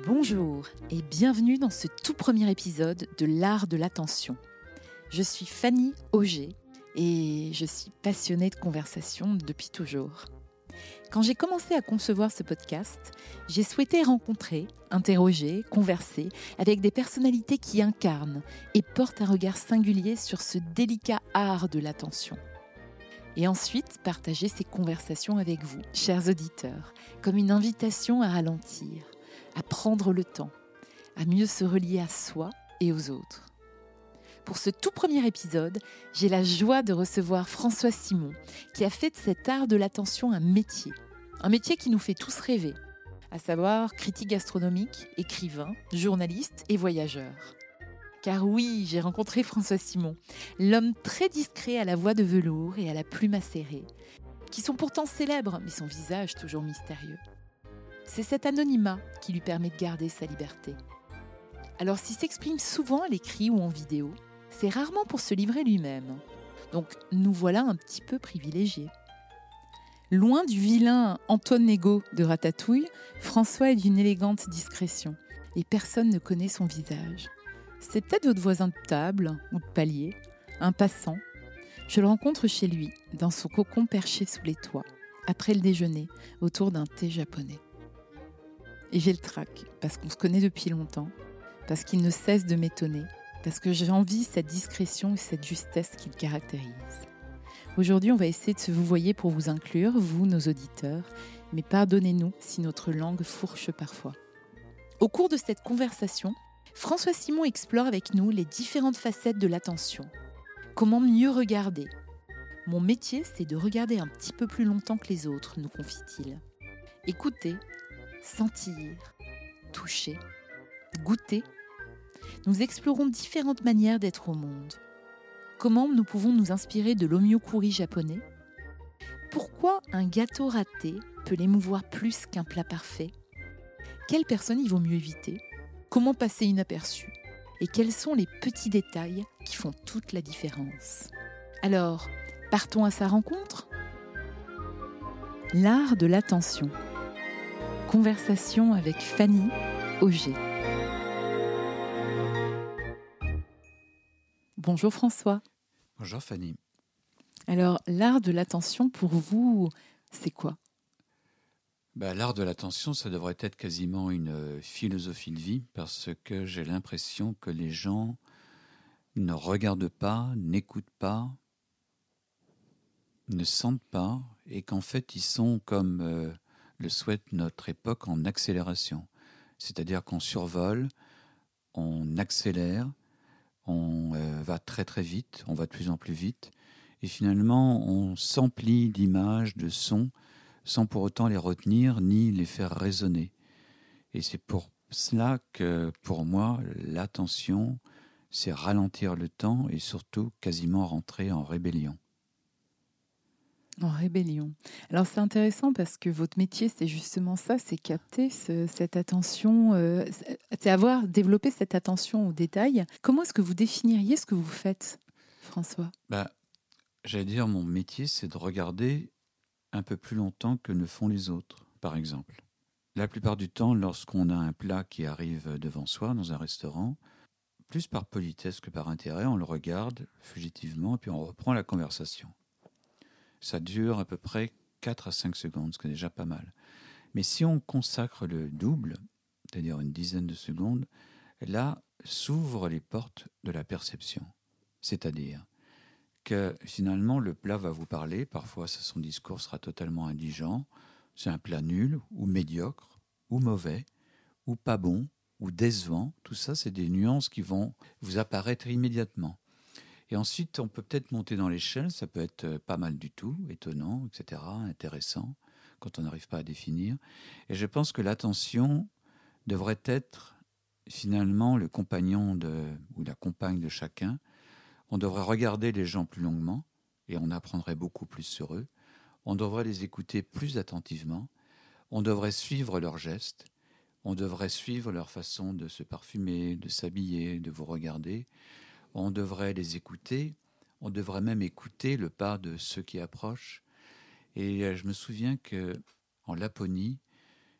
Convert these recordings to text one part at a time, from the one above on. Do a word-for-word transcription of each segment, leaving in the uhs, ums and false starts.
Bonjour et bienvenue dans ce tout premier épisode de l'art de l'attention. Je suis Fanny Auger et je suis passionnée de conversation depuis toujours. Quand j'ai commencé à concevoir ce podcast, j'ai souhaité rencontrer, interroger, converser avec des personnalités qui incarnent et portent un regard singulier sur ce délicat art de l'attention. Et ensuite, partager ces conversations avec vous, chers auditeurs, comme une invitation à ralentir, à prendre le temps, à mieux se relier à soi et aux autres. Pour ce tout premier épisode, j'ai la joie de recevoir François Simon, qui a fait de cet art de l'attention un métier. Un métier qui nous fait tous rêver, à savoir critique gastronomique, écrivain, journaliste et voyageur. Car oui, j'ai rencontré François Simon, l'homme très discret à la voix de velours et à la plume acérée, qui sont pourtant célèbres, mais son visage toujours mystérieux. C'est cet anonymat qui lui permet de garder sa liberté. Alors s'il s'exprime souvent à l'écrit ou en vidéo, c'est rarement pour se livrer lui-même. Donc nous voilà un petit peu privilégiés. Loin du vilain Antoine Nego de Ratatouille, François est d'une élégante discrétion et personne ne connaît son visage. C'est peut-être votre voisin de table ou de palier, un passant. Je le rencontre chez lui, dans son cocon perché sous les toits, après le déjeuner, autour d'un thé japonais. Et j'ai le trac, parce qu'on se connaît depuis longtemps, parce qu'il ne cesse de m'étonner, parce que j'envie cette discrétion et cette justesse qui le caractérise. Aujourd'hui, on va essayer de se vouvoyer pour vous inclure, vous, nos auditeurs, mais pardonnez-nous si notre langue fourche parfois. Au cours de cette conversation, François Simon explore avec nous les différentes facettes de l'attention. Comment mieux regarder ? Mon métier, c'est de regarder un petit peu plus longtemps que les autres, nous confie-t-il. Écouter, sentir, toucher, goûter. Nous explorons différentes manières d'être au monde. Comment nous pouvons nous inspirer de l'omyokuri japonais ? Pourquoi un gâteau raté peut l'émouvoir plus qu'un plat parfait ? Quelles personnes il vaut mieux éviter ? Comment passer inaperçu ? Et quels sont les petits détails qui font toute la différence ? Alors, partons à sa rencontre ? L'art de l'attention. Conversation avec Fanny Auger. Bonjour François. Bonjour Fanny. Alors, l'art de l'attention, pour vous, c'est quoi ? Bah, l'art de l'attention, ça devrait être quasiment une philosophie de vie parce que j'ai l'impression que les gens ne regardent pas, n'écoutent pas, ne sentent pas et qu'en fait, ils sont, comme euh, le souhaite notre époque, en accélération. C'est-à-dire qu'on survole, on accélère, on euh, va très très vite, on va de plus en plus vite et finalement, on s'emplit d'images, de sons sans pour autant les retenir ni les faire résonner. Et c'est pour cela que, pour moi, l'attention, c'est ralentir le temps et surtout quasiment rentrer en rébellion. En rébellion. Alors c'est intéressant parce que votre métier, c'est justement ça, c'est capter ce, cette attention, euh, c'est avoir développé cette attention aux détails. Comment est-ce que vous définiriez ce que vous faites, François ? Bah, j'allais dire, mon métier, c'est de regarder un peu plus longtemps que ne font les autres, par exemple. La plupart du temps, lorsqu'on a un plat qui arrive devant soi dans un restaurant, plus par politesse que par intérêt, on le regarde fugitivement et puis on reprend la conversation. Ça dure à peu près quatre à cinq secondes, ce qui est déjà pas mal. Mais si on consacre le double, c'est-à-dire une dizaine de secondes, là s'ouvrent les portes de la perception. C'est-à-dire que finalement le plat va vous parler, parfois son discours sera totalement indigent, c'est un plat nul ou médiocre ou mauvais ou pas bon ou décevant, tout ça c'est des nuances qui vont vous apparaître immédiatement. Et ensuite on peut peut-être monter dans l'échelle, ça peut être pas mal du tout, étonnant, et cetera, intéressant, quand on n'arrive pas à définir. Et je pense que l'attention devrait être finalement le compagnon de, ou la compagne de chacun. On devrait regarder les gens plus longuement et on apprendrait beaucoup plus sur eux. On devrait les écouter plus attentivement. On devrait suivre leurs gestes. On devrait suivre leur façon de se parfumer, de s'habiller, de vous regarder. On devrait les écouter. On devrait même écouter le pas de ceux qui approchent. Et je me souviens qu'en Laponie,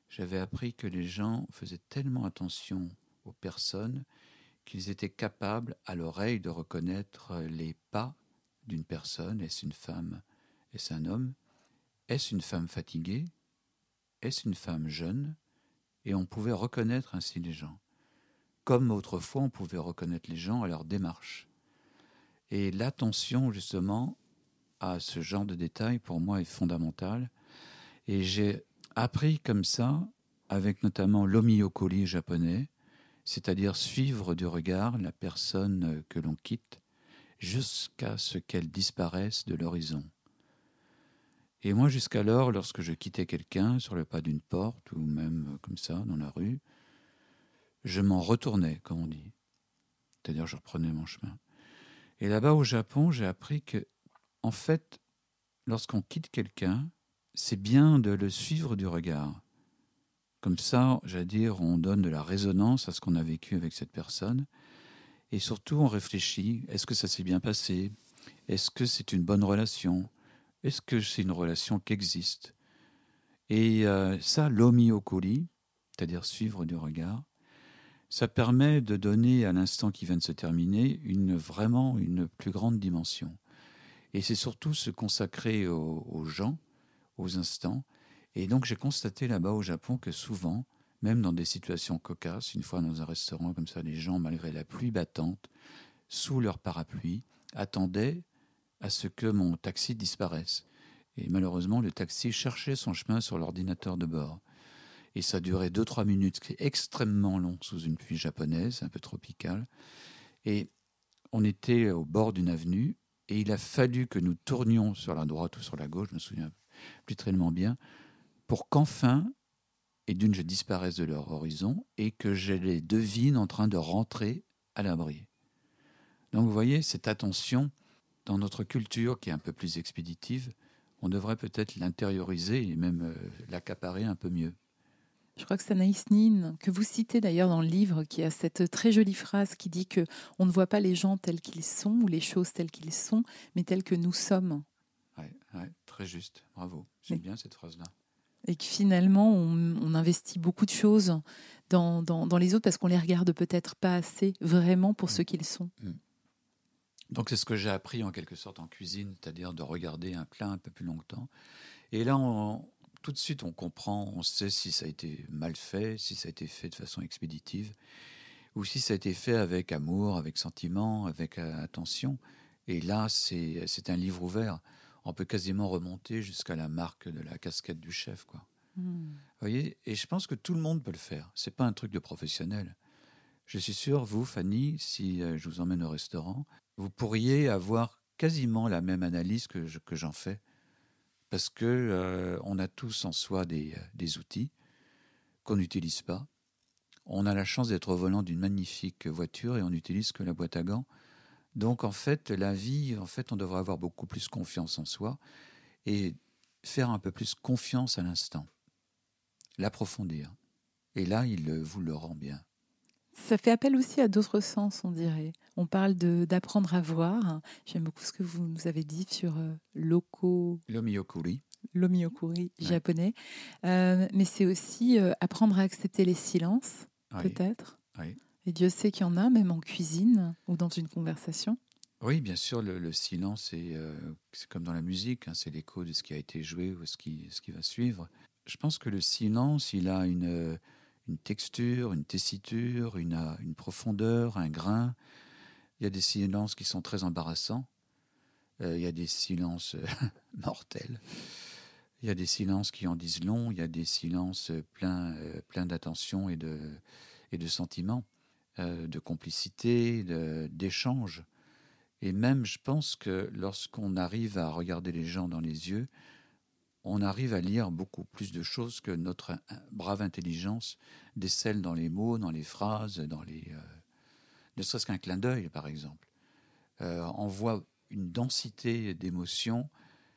j'avais appris que les gens faisaient tellement attention aux personnes qu'ils étaient capables, à l'oreille, de reconnaître les pas d'une personne. Est-ce une femme? Est-ce un homme? Est-ce une femme fatiguée? Est-ce une femme jeune? Et on pouvait reconnaître ainsi les gens. Comme autrefois, on pouvait reconnaître les gens à leur démarche. Et l'attention, justement, à ce genre de détails, pour moi, est fondamentale. Et j'ai appris comme ça, avec notamment l'omiokoli japonais, c'est-à-dire suivre du regard la personne que l'on quitte jusqu'à ce qu'elle disparaisse de l'horizon. Et moi, jusqu'alors, lorsque je quittais quelqu'un sur le pas d'une porte ou même comme ça, dans la rue, je m'en retournais, comme on dit. C'est-à-dire, je reprenais mon chemin. Et là-bas, au Japon, j'ai appris que, en fait, lorsqu'on quitte quelqu'un, c'est bien de le suivre du regard. Comme ça, j'allais dire, on donne de la résonance à ce qu'on a vécu avec cette personne. Et surtout, on réfléchit, est-ce que ça s'est bien passé? Est-ce que c'est une bonne relation? Est-ce que c'est une relation qui existe? Et euh, ça, l'omiokoli, c'est-à-dire suivre du regard, ça permet de donner à l'instant qui vient de se terminer une, vraiment une plus grande dimension. Et c'est surtout se consacrer aux, aux gens, aux instants. Et donc j'ai constaté là-bas au Japon que souvent, même dans des situations cocasses, une fois dans un restaurant comme ça, les gens, malgré la pluie battante, sous leur parapluie, attendaient à ce que mon taxi disparaisse. Et malheureusement, le taxi cherchait son chemin sur l'ordinateur de bord. Et ça durait deux trois minutes, c'est extrêmement long sous une pluie japonaise, un peu tropicale. Et on était au bord d'une avenue, et il a fallu que nous tournions sur la droite ou sur la gauche, je me souviens plus tellement bien, pour qu'enfin, et d'une, je disparaisse de leur horizon, et que je les devine en train de rentrer à l'abri. Donc vous voyez, cette attention, dans notre culture qui est un peu plus expéditive, on devrait peut-être l'intérioriser et même euh, l'accaparer un peu mieux. Je crois que c'est Anaïs Nin, que vous citez d'ailleurs dans le livre, qui a cette très jolie phrase qui dit que on ne voit pas les gens tels qu'ils sont ou les choses telles qu'ils sont, mais tels que nous sommes. Oui, ouais, très juste, bravo. J'aime Et, bien cette phrase-là. et que finalement, on, on investit beaucoup de choses dans, dans, dans les autres parce qu'on les regarde peut-être pas assez vraiment pour mmh. ce qu'ils sont. Mmh. Donc c'est ce que j'ai appris en quelque sorte en cuisine, c'est-à-dire de regarder un plat un peu plus longtemps. Et là, on, tout de suite, on comprend, on sait si ça a été mal fait, si ça a été fait de façon expéditive, ou si ça a été fait avec amour, avec sentiment, avec euh, attention. Et là, c'est, c'est un livre ouvert. On peut quasiment remonter jusqu'à la marque de la casquette du chef, quoi. Mmh. Vous voyez, et je pense que tout le monde peut le faire. C'est pas un truc de professionnel. Je suis sûr, vous, Fanny, si euh, je vous emmène au restaurant, vous pourriez avoir quasiment la même analyse que, je, que j'en fais. Parce qu'on euh, a tous en soi des, des outils qu'on n'utilise pas. On a la chance d'être au volant d'une magnifique voiture et on n'utilise que la boîte à gants. Donc en fait, la vie, en fait, on devrait avoir beaucoup plus confiance en soi et faire un peu plus confiance à l'instant, l'approfondir. Et là, il vous le rend bien. Ça fait appel aussi à d'autres sens, on dirait. On parle de, d'apprendre à voir. J'aime beaucoup ce que vous nous avez dit sur euh, l'oko... l'omiokuri. L'omiokuri japonais. Ouais. Euh, mais c'est aussi euh, apprendre à accepter les silences, oui. peut-être. Oui. Et Dieu sait qu'il y en a, même en cuisine ou dans une conversation. Oui, bien sûr, le, le silence, c'est, euh, c'est comme dans la musique, hein, c'est l'écho de ce qui a été joué ou ce qui, ce qui va suivre. Je pense que le silence, il a une... une texture, une tessiture, une, une profondeur, un grain. Il y a des silences qui sont très embarrassants. Euh, il y a des silences mortels. Il y a des silences qui en disent long. Il y a des silences pleins euh, plein d'attention et de, et de sentiments, euh, de complicité, de, d'échange. Et même, je pense que lorsqu'on arrive à regarder les gens dans les yeux, on arrive à lire beaucoup plus de choses que notre brave intelligence décèle dans les mots, dans les phrases, dans les, euh, ne serait-ce qu'un clin d'œil, par exemple. Euh, on voit une densité d'émotions,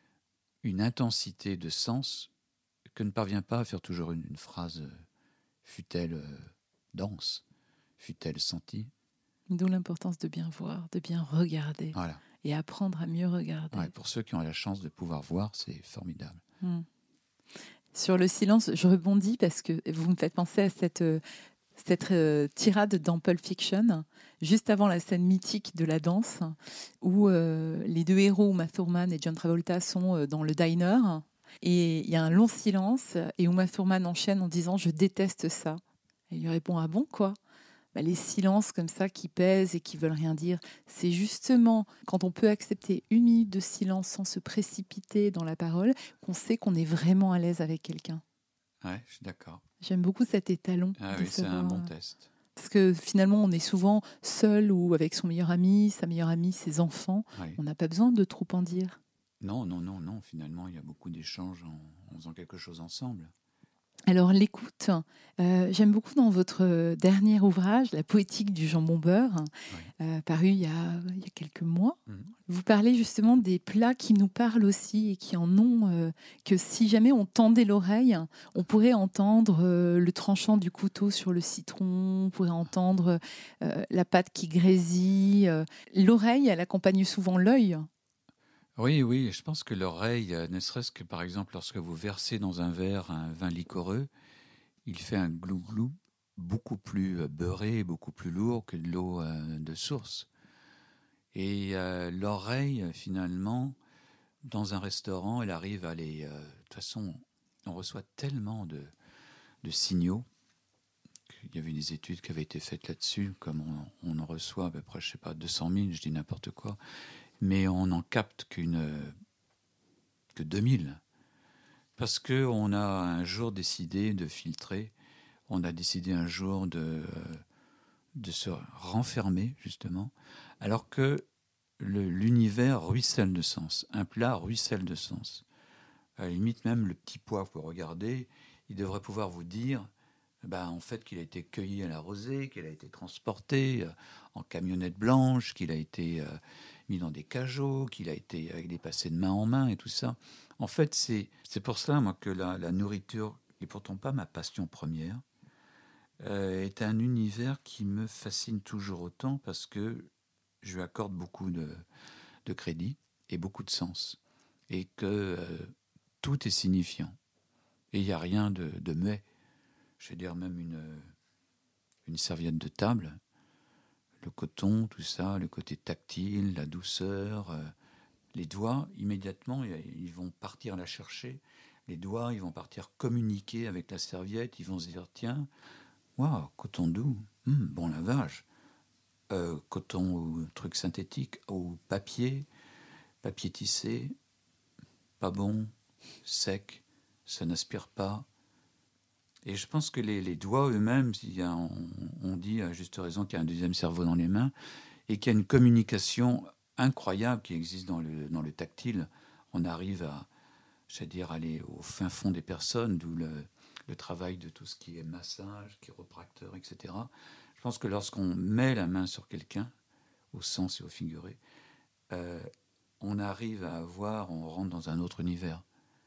une intensité de sens que ne parvient pas à faire toujours une, une phrase, fût-elle euh, dense, fût-elle sentie. D'où l'importance de bien voir, de bien regarder, voilà. Et apprendre à mieux regarder. Ouais, pour ceux qui ont la chance de pouvoir voir, c'est formidable. Mmh. Sur le silence, je rebondis parce que vous me faites penser à cette, euh, cette euh, tirade dans Pulp Fiction, juste avant la scène mythique de la danse, où euh, les deux héros, Uma Thurman et John Travolta, sont euh, dans le diner. Et il y a un long silence et Uma Thurman enchaîne en disant « Je déteste ça ». Et il lui répond « Ah bon, quoi ?» Bah, les silences comme ça qui pèsent et qui veulent rien dire, c'est justement quand on peut accepter une minute de silence sans se précipiter dans la parole qu'on sait qu'on est vraiment à l'aise avec quelqu'un. Ouais, je suis d'accord. J'aime beaucoup cet étalon. Ah de oui, c'est savoir... un bon test. Parce que finalement, on est souvent seul ou avec son meilleur ami, sa meilleure amie, ses enfants. Oui. On n'a pas besoin de trop en dire. Non, non, non, non. Finalement, il y a beaucoup d'échanges en, en faisant quelque chose ensemble. Alors l'écoute, euh, j'aime beaucoup dans votre dernier ouvrage, La poétique du jambon beurre, Oui. euh, paru il y, a, il y a quelques mois. Mmh. Vous parlez justement des plats qui nous parlent aussi et qui en ont, euh, que si jamais on tendait l'oreille, on pourrait entendre euh, le tranchant du couteau sur le citron, on pourrait entendre euh, la pâte qui grésille. Euh. L'oreille, elle accompagne souvent l'œil. Oui, oui, je pense que l'oreille, euh, ne serait-ce que par exemple lorsque vous versez dans un verre un vin liquoreux, il fait un glou-glou beaucoup plus euh, beurré, beaucoup plus lourd que de l'eau euh, de source. Et euh, l'oreille, finalement, dans un restaurant, elle arrive à les... euh, de toute façon, on reçoit tellement de, de signaux. Il y avait des études qui avaient été faites là-dessus, comme on, on en reçoit à peu près, je sais pas, deux cent mille, je dis n'importe quoi, mais on n'en capte qu'une, que deux mille. Parce qu'on a un jour décidé de filtrer, on a décidé un jour de, de se renfermer, justement, alors que le, l'univers ruisselle de sens. Un plat ruisselle de sens. À la limite, même le petit pois que vous regardez, il devrait pouvoir vous dire ben, en fait, qu'il a été cueilli à la rosée, qu'il a été transporté euh, en camionnette blanche, qu'il a été euh, mis dans des cajots, qu'il a été euh, il est passé de main en main et tout ça. En fait, c'est, c'est pour cela, moi, que la, la nourriture, qui n'est pourtant pas ma passion première, euh, est un univers qui me fascine toujours autant parce que je lui accorde beaucoup de, de crédit et beaucoup de sens. Et que euh, tout est signifiant. Et il n'y a rien de, de muet. Je veux dire, même une, une serviette de table, le coton, tout ça, le côté tactile, la douceur, euh, les doigts, immédiatement, ils vont partir la chercher. Les doigts, ils vont partir communiquer avec la serviette. Ils vont se dire, tiens, waouh, coton doux, hum, bon lavage. Euh, coton ou truc synthétique, ou papier, papier tissé, pas bon, sec, ça n'aspire pas. Et je pense que les, les doigts eux-mêmes, on, on dit à juste raison qu'il y a un deuxième cerveau dans les mains et qu'il y a une communication incroyable qui existe dans le, dans le tactile. On arrive à, je veux dire, aller au fin fond des personnes, d'où le, le travail de tout ce qui est massage, chiropracteur, et cetera. Je pense que lorsqu'on met la main sur quelqu'un, au sens et au figuré, euh, on arrive à avoir, on rentre dans un autre univers.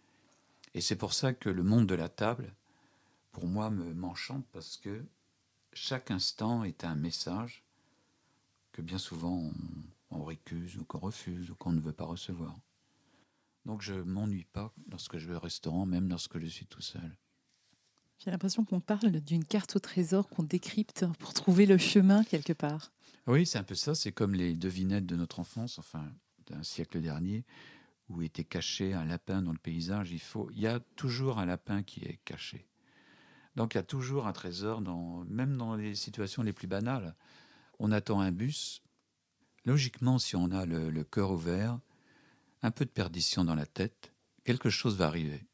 Et c'est pour ça que le monde de la table, pour moi, me, m'enchante parce que chaque instant est un message que bien souvent on, on récuse ou qu'on refuse ou qu'on ne veut pas recevoir. Donc je ne m'ennuie pas lorsque je vais au restaurant, même lorsque je suis tout seul. J'ai l'impression qu'on parle d'une carte au trésor qu'on décrypte pour trouver le chemin quelque part. Oui, c'est un peu ça. C'est comme les devinettes de notre enfance, enfin d'un siècle dernier, où était caché un lapin dans le paysage. Il faut, il y a toujours un lapin qui est caché. Donc il y a toujours un trésor, dans, même dans les situations les plus banales. On attend un bus. Logiquement, si on a le, le cœur ouvert, un peu de perdition dans la tête, quelque chose va arriver.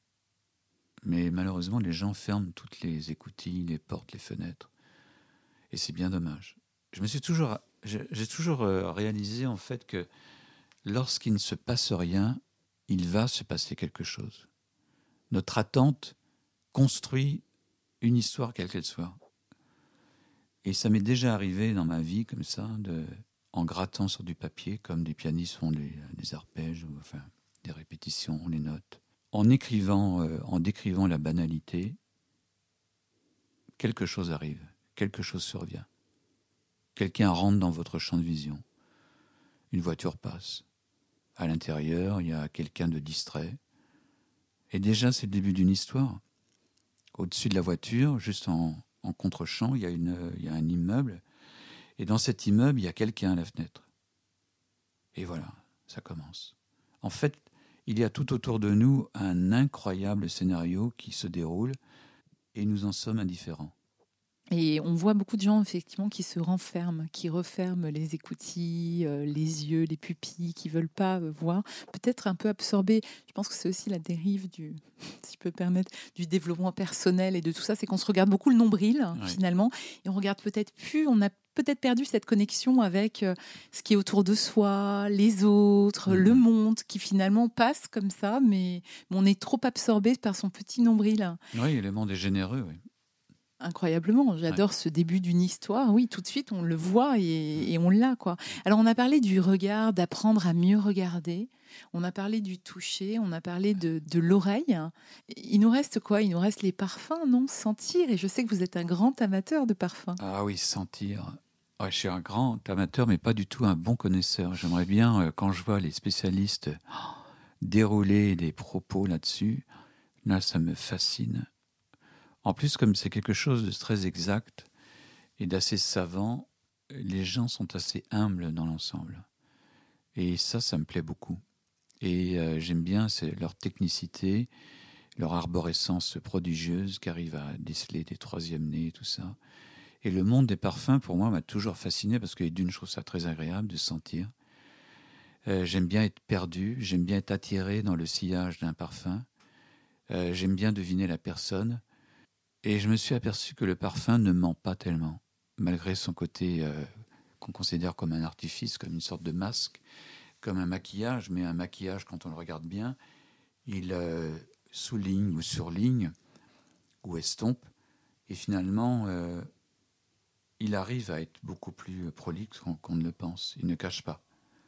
Mais malheureusement, les gens ferment toutes les écoutilles, les portes, les fenêtres. Et c'est bien dommage. Je me suis toujours, j'ai, j'ai toujours réalisé en fait que lorsqu'il ne se passe rien, il va se passer quelque chose. Notre attente construit une histoire quelle qu'elle soit. Et ça m'est déjà arrivé dans ma vie comme ça, de, en grattant sur du papier, comme des pianistes font des, des arpèges, ou enfin des répétitions, les notes. En écrivant, euh, en décrivant la banalité, quelque chose arrive, quelque chose survient. Quelqu'un rentre dans votre champ de vision. Une voiture passe. À l'intérieur, il y a quelqu'un de distrait. Et déjà, c'est le début d'une histoire. Au-dessus de la voiture, juste en, en contre-champ, il y a une, il y a un immeuble. Et dans cet immeuble, il y a quelqu'un à la fenêtre. Et voilà, ça commence. En fait, il y a tout autour de nous un incroyable scénario qui se déroule et nous en sommes indifférents. Et on voit beaucoup de gens effectivement qui se renferment, qui referment les écoutilles, euh, les yeux, les pupilles, qui veulent pas euh, voir, peut-être un peu absorbés. Je pense que c'est aussi la dérive du, si je peux me permettre, du développement personnel et de tout ça, c'est qu'on se regarde beaucoup le nombril Ouais. finalement, et on regarde peut-être plus, on a peut-être perdu cette connexion avec euh, ce qui est autour de soi, les autres, Mmh. le monde, qui finalement passe comme ça, mais, mais on est trop absorbé par son petit nombril. Oui, le monde est généreux, oui. Incroyablement, j'adore Ouais. ce début d'une histoire. Oui, tout de suite, on le voit et, et on l'a, quoi. Alors, on a parlé du regard, d'apprendre à mieux regarder. On a parlé du toucher, on a parlé de, de l'oreille. Il nous reste quoi? Il nous reste les parfums, non? Sentir. Et je sais que vous êtes un grand amateur de parfums. Ah oui, sentir. Ouais, je suis un grand amateur, mais pas du tout un bon connaisseur. J'aimerais bien, euh, quand je vois les spécialistes oh, dérouler des propos là-dessus, là, ça me fascine. En plus, comme c'est quelque chose de très exact et d'assez savant, les gens sont assez humbles dans l'ensemble. Et ça, ça me plaît beaucoup. Et euh, j'aime bien c'est leur technicité, leur arborescence prodigieuse qui arrive à déceler des troisièmes nez et tout ça. Et le monde des parfums, pour moi, m'a toujours fasciné parce que d'une, je trouve ça très agréable de sentir. Euh, j'aime bien être perdu, j'aime bien être attiré dans le sillage d'un parfum. Euh, j'aime bien deviner la personne. Et je me suis aperçu que le parfum ne ment pas tellement, malgré son côté euh, qu'on considère comme un artifice, comme une sorte de masque, comme un maquillage. Mais un maquillage, quand on le regarde bien, il euh, souligne ou surligne ou estompe. Et finalement, euh, il arrive à être beaucoup plus prolixe qu'on, qu'on ne le pense. Il ne cache pas.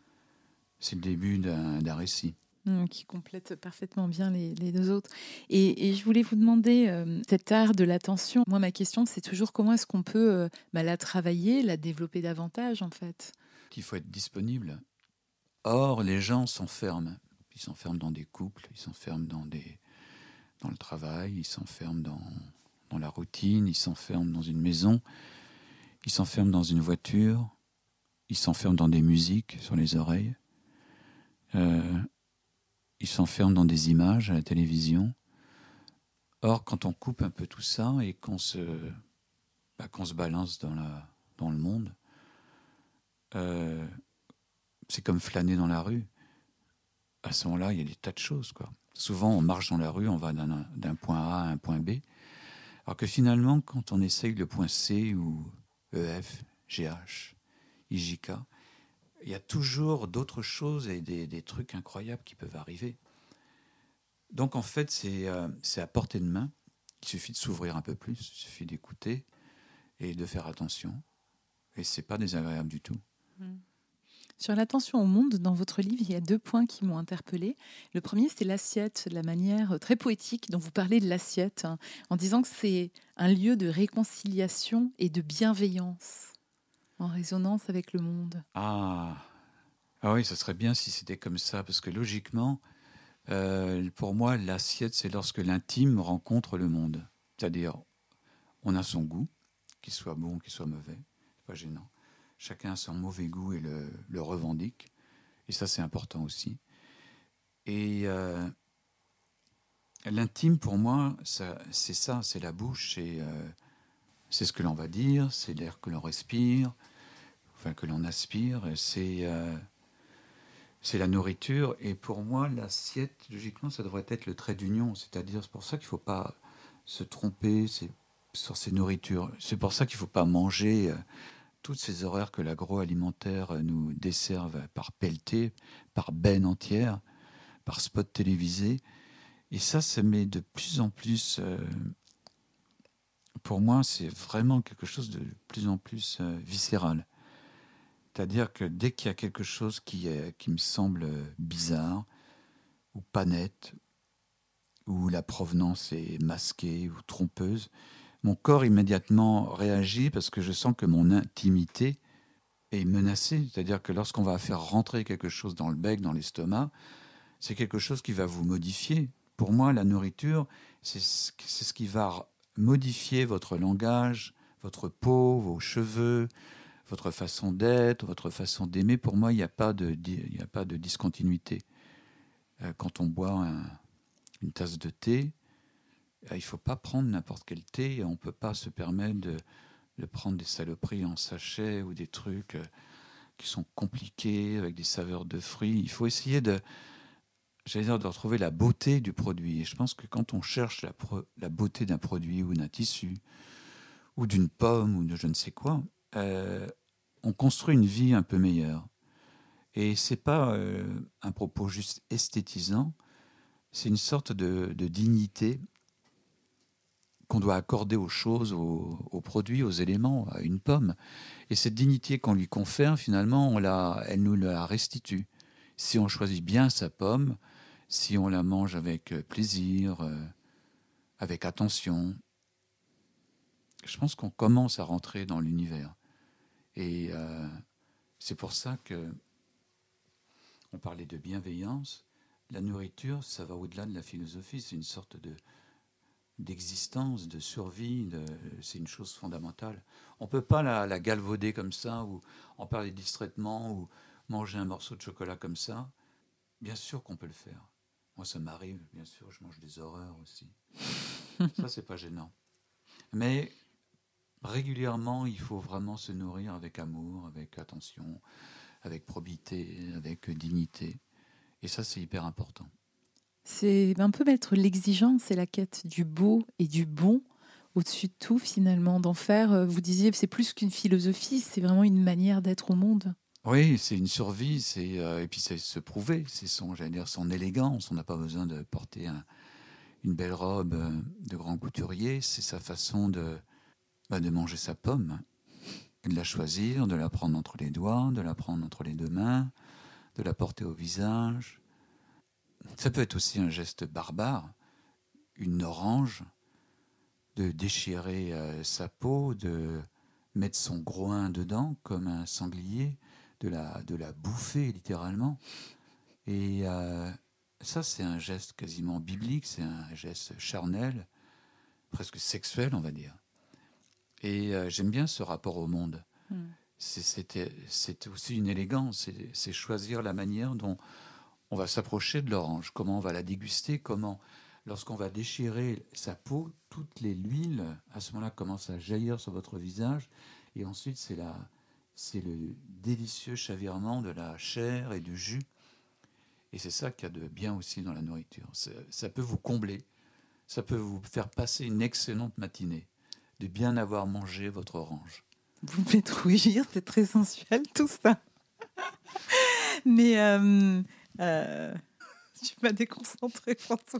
C'est le début d'un, d'un récit. Mmh, qui complète parfaitement bien les, les deux autres. Et, et je voulais vous demander, euh, cet art de l'attention, moi ma question c'est toujours comment est-ce qu'on peut euh, bah, la travailler, la développer davantage en fait. Il faut être disponible. Or, les gens s'enferment. Ils s'enferment dans des couples, ils s'enferment dans, des, dans le travail, ils s'enferment dans, dans la routine, ils s'enferment dans une maison, ils s'enferment dans une voiture, ils s'enferment dans des musiques sur les oreilles. Euh, Ils s'enferment dans des images à la télévision. Or, quand on coupe un peu tout ça et qu'on se, bah, qu'on se balance dans, la, dans le monde, euh, c'est comme flâner dans la rue. À ce moment-là, il y a des tas de choses, quoi. Souvent, on marche dans la rue, on va d'un, d'un point A à un point B. Alors que finalement, quand on essaye le point C ou E F, G H, I J K, il y a toujours d'autres choses et des, des trucs incroyables qui peuvent arriver. Donc en fait, c'est, euh, c'est à portée de main. Il suffit de s'ouvrir un peu plus, il suffit d'écouter et de faire attention. Et c'est pas désagréable du tout. Mmh. Sur l'attention au monde, dans votre livre, il y a deux points qui m'ont interpellée. Le premier, c'est l'assiette, la manière très poétique dont vous parlez de l'assiette, hein, en disant que c'est un lieu de réconciliation et de bienveillance, en résonance avec le monde. Ah, ah oui, ça serait bien si c'était comme ça, parce que logiquement, euh, pour moi, l'assiette, c'est lorsque l'intime rencontre le monde. C'est-à-dire, on a son goût, qu'il soit bon, qu'il soit mauvais, c'est pas gênant. Chacun a son mauvais goût et le, le revendique. Et ça, c'est important aussi. Et euh, l'intime, pour moi, ça, c'est ça, c'est la bouche, c'est, euh, c'est ce que l'on va dire, c'est l'air que l'on respire, enfin que l'on aspire, c'est, euh, c'est la nourriture. Et pour moi, l'assiette, logiquement, ça devrait être le trait d'union. C'est-à-dire, c'est pour ça qu'il ne faut pas se tromper c'est, sur ces nourritures. C'est pour ça qu'il ne faut pas manger euh, toutes ces horreurs que l'agroalimentaire nous desserve par pelletée, par benne entière, par spot télévisé. Et ça, ça met de plus en plus... Euh, pour moi, c'est vraiment quelque chose de plus en plus euh, viscéral. C'est-à-dire que dès qu'il y a quelque chose qui, est, qui me semble bizarre, ou pas net, où la provenance est masquée ou trompeuse, mon corps immédiatement réagit parce que je sens que mon intimité est menacée. C'est-à-dire que lorsqu'on va faire rentrer quelque chose dans le bec, dans l'estomac, c'est quelque chose qui va vous modifier. Pour moi, la nourriture, c'est ce, c'est ce qui va modifier votre langage, votre peau, vos cheveux, votre façon d'être, votre façon d'aimer. Pour moi, il n'y a pas de, il n'y a pas de discontinuité. Euh, quand on boit un, une tasse de thé, euh, il ne faut pas prendre n'importe quel thé. On ne peut pas se permettre de, de prendre des saloperies en sachet ou des trucs euh, qui sont compliqués avec des saveurs de fruits. Il faut essayer de, j'allais dire, de retrouver la beauté du produit. Et je pense que quand on cherche la, pro, la beauté d'un produit ou d'un tissu ou d'une pomme ou de je ne sais quoi, euh, on construit une vie un peu meilleure. Et c'est pas euh, un propos juste esthétisant, c'est une sorte de, de dignité qu'on doit accorder aux choses, aux, aux produits, aux éléments, à une pomme. Et cette dignité qu'on lui confère, finalement, on la, elle nous la restitue. Si on choisit bien sa pomme, si on la mange avec plaisir, euh, avec attention, je pense qu'on commence à rentrer dans l'univers. Et euh, c'est pour ça que on parlait de bienveillance. La nourriture, ça va au-delà de la philosophie. C'est une sorte de, d'existence, de survie. De, c'est une chose fondamentale. On ne peut pas la, la galvauder comme ça, ou en parler distraitement, ou manger un morceau de chocolat comme ça. Bien sûr qu'on peut le faire. Moi, ça m'arrive, bien sûr, je mange des horreurs aussi. Ça, c'est pas gênant. Mais régulièrement, il faut vraiment se nourrir avec amour, avec attention, avec probité, avec dignité. Et ça, c'est hyper important. C'est un peu mettre l'exigence et la quête du beau et du bon au-dessus de tout, finalement, d'en faire, vous disiez, c'est plus qu'une philosophie, c'est vraiment une manière d'être au monde. Oui, c'est une survie, c'est, euh, et puis c'est se prouver, c'est son, j'allais dire, son élégance. On n'a pas besoin de porter un, une belle robe de grand couturier, c'est sa façon de, bah, de manger sa pomme, de la choisir, de la prendre entre les doigts, de la prendre entre les deux mains, de la porter au visage. Ça peut être aussi un geste barbare, une orange, de déchirer euh, sa peau, de mettre son groin dedans comme un sanglier, de la, de la bouffer littéralement. Et euh, ça, c'est un geste quasiment biblique, c'est un geste charnel, presque sexuel, on va dire. Et euh, j'aime bien ce rapport au monde. Mm. C'est, c'était, c'est aussi une élégance, c'est, c'est choisir la manière dont on va s'approcher de l'orange, comment on va la déguster, comment, lorsqu'on va déchirer sa peau, toutes les l'huile, à ce moment-là, commencent à jaillir sur votre visage. Et ensuite, c'est, la, c'est le délicieux chavirement de la chair et du jus. Et c'est ça qu'il y a de bien aussi dans la nourriture. Ça, ça peut vous combler, ça peut vous faire passer une excellente matinée, de bien avoir mangé votre orange. Vous me faites rougir, c'est très sensuel tout ça. Mais euh, euh, tu m'as déconcentré, François,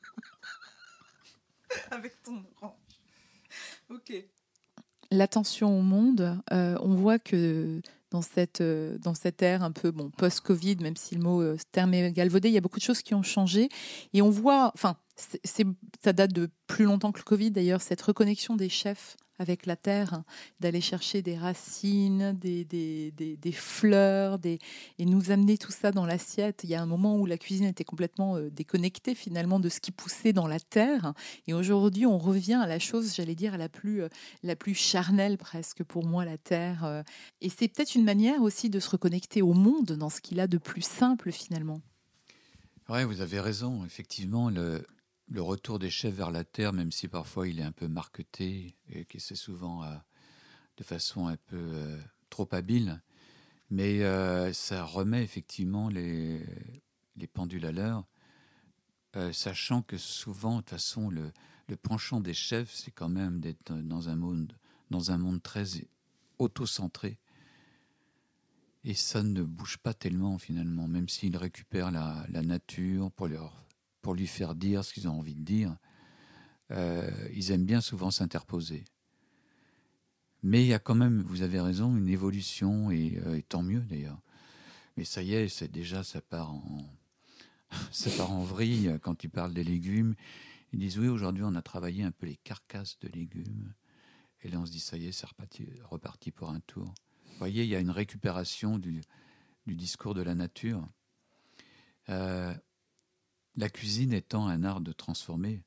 avec ton orange. Ok. L'attention au monde, euh, on voit que dans cette, euh, dans cette ère un peu bon, post-Covid, même si le mot euh, ce terme est galvaudé, il y a beaucoup de choses qui ont changé. Et on voit, enfin, c'est, c'est, ça date de plus longtemps que le Covid d'ailleurs, cette reconnexion des chefs avec la terre, d'aller chercher des racines, des, des, des, des fleurs, des, et nous amener tout ça dans l'assiette. Il y a un moment où la cuisine était complètement euh, déconnectée finalement de ce qui poussait dans la terre. Et aujourd'hui, on revient à la chose, j'allais dire, la plus, euh, la plus charnelle presque pour moi, la terre. Euh. Et c'est peut-être une manière aussi de se reconnecter au monde dans ce qu'il a de plus simple finalement. Oui, vous avez raison. Effectivement, le... Le retour des chefs vers la terre, même si parfois il est un peu marqueté et que c'est souvent euh, de façon un peu euh, trop habile, mais euh, ça remet effectivement les, les pendules à l'heure, euh, sachant que souvent, de toute façon, le, le penchant des chefs, c'est quand même d'être dans un monde, dans un monde très auto-centré. Et ça ne bouge pas tellement finalement, même s'ils récupèrent la, la nature pour leur pour lui faire dire ce qu'ils ont envie de dire, euh, ils aiment bien souvent s'interposer. Mais il y a quand même, vous avez raison, une évolution, et, euh, et tant mieux d'ailleurs. Mais ça y est, c'est déjà, ça part en, ça part en vrille quand ils parlent des légumes. Ils disent, oui, aujourd'hui on a travaillé un peu les carcasses de légumes. Et là on se dit, ça y est, c'est reparti, reparti pour un tour. Vous voyez, il y a une récupération du, du discours de la nature. Euh, La cuisine étant un art de transformer.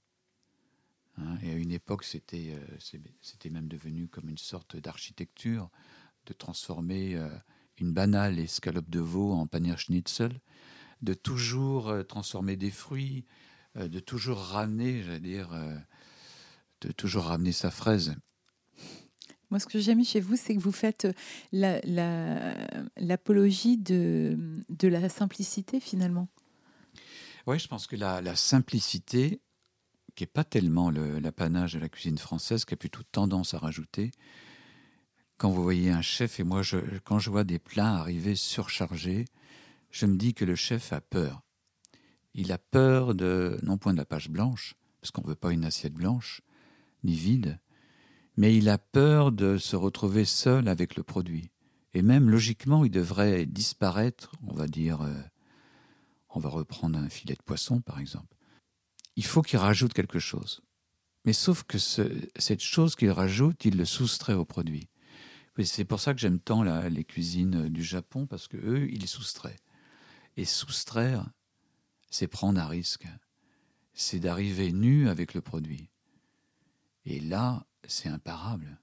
Hein, et à une époque, c'était, euh, c'était même devenu comme une sorte d'architecture, de transformer euh, une banale escalope de veau en panier schnitzel, de toujours euh, transformer des fruits, euh, de toujours ramener, j'allais dire, euh, de toujours ramener sa fraise. Moi, ce que j'aime chez vous, c'est que vous faites la, la, l'apologie de, de la simplicité, finalement. Oui, je pense que la, la simplicité, qui n'est pas tellement le, l'apanage de la cuisine française, qui a plutôt tendance à rajouter, quand vous voyez un chef, et moi, je, quand je vois des plats arriver surchargés, je me dis que le chef a peur. Il a peur de, non point de la page blanche, parce qu'on ne veut pas une assiette blanche, ni vide, mais il a peur de se retrouver seul avec le produit. Et même, logiquement, il devrait disparaître, on va dire, euh, on va reprendre un filet de poisson, par exemple. Il faut qu'il rajoute quelque chose. Mais sauf que ce, cette chose qu'il rajoute, il le soustrait au produit. Et c'est pour ça que j'aime tant la, les cuisines du Japon, parce que eux, ils soustraient. Et soustraire, c'est prendre un risque. C'est d'arriver nu avec le produit. Et là, c'est imparable.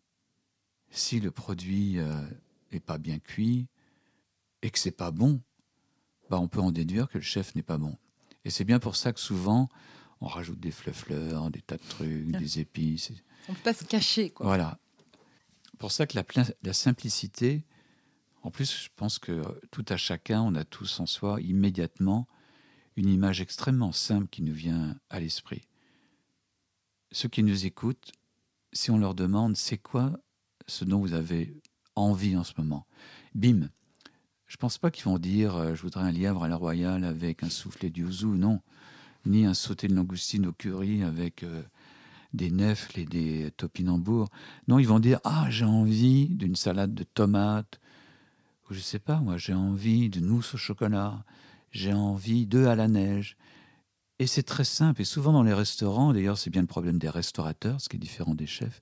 Si le produit euh, n'est pas bien cuit et que c'est pas bon, bah on peut en déduire que le chef n'est pas bon. Et c'est bien pour ça que souvent, on rajoute des fleurs, des tas de trucs, des épices. On ne peut pas se cacher, quoi. Voilà. Pour ça que la, la simplicité, en plus, je pense que tout à chacun, on a tous en soi immédiatement une image extrêmement simple qui nous vient à l'esprit. Ceux qui nous écoutent, si on leur demande c'est quoi ce dont vous avez envie en ce moment, bim, je pense pas qu'ils vont dire euh, je voudrais un lièvre à la royale avec un soufflé de yuzu, non, ni un sauté de langoustine au curry avec euh, des nèfles et des topinambours. Non, ils vont dire ah j'ai envie d'une salade de tomates, ou je sais pas moi, j'ai envie de nousse au chocolat, j'ai envie d'œufs à la neige. Et c'est très simple. Et souvent dans les restaurants, d'ailleurs c'est bien le problème des restaurateurs, ce qui est différent des chefs.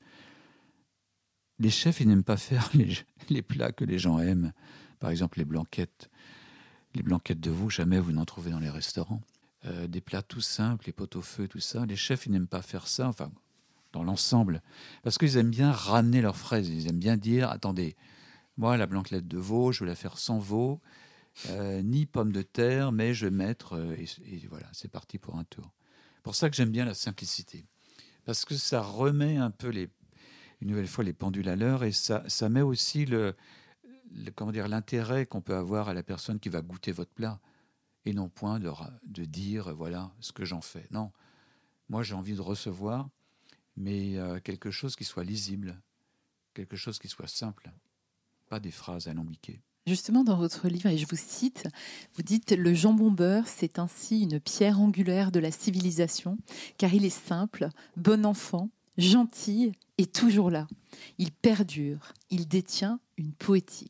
Les chefs, ils n'aiment pas faire les, les plats que les gens aiment. Par exemple, les blanquettes. Les blanquettes de veau, jamais vous n'en trouvez dans les restaurants. Euh, des plats tout simples, les pot-au-feu, tout ça. Les chefs, ils n'aiment pas faire ça, enfin, dans l'ensemble. Parce qu'ils aiment bien ramener leurs fraises. Ils aiment bien dire, attendez, moi, la blanquette de veau, je vais la faire sans veau, euh, ni pommes de terre, mais je vais mettre... Euh, et, et voilà, c'est parti pour un tour. C'est pour ça que j'aime bien la simplicité. Parce que ça remet un peu les... une nouvelle fois les pendules à l'heure et ça, ça met aussi le, le, comment dire, l'intérêt qu'on peut avoir à la personne qui va goûter votre plat et non point de, de dire voilà ce que j'en fais. Non, moi j'ai envie de recevoir, mais euh, quelque chose qui soit lisible, quelque chose qui soit simple, pas des phrases alambiquées. Justement, dans votre livre, et je vous cite, vous dites « Le jambon beurre, c'est ainsi une pierre angulaire de la civilisation, car il est simple, bon enfant, gentil et toujours là. Il perdure, il détient une poétique. »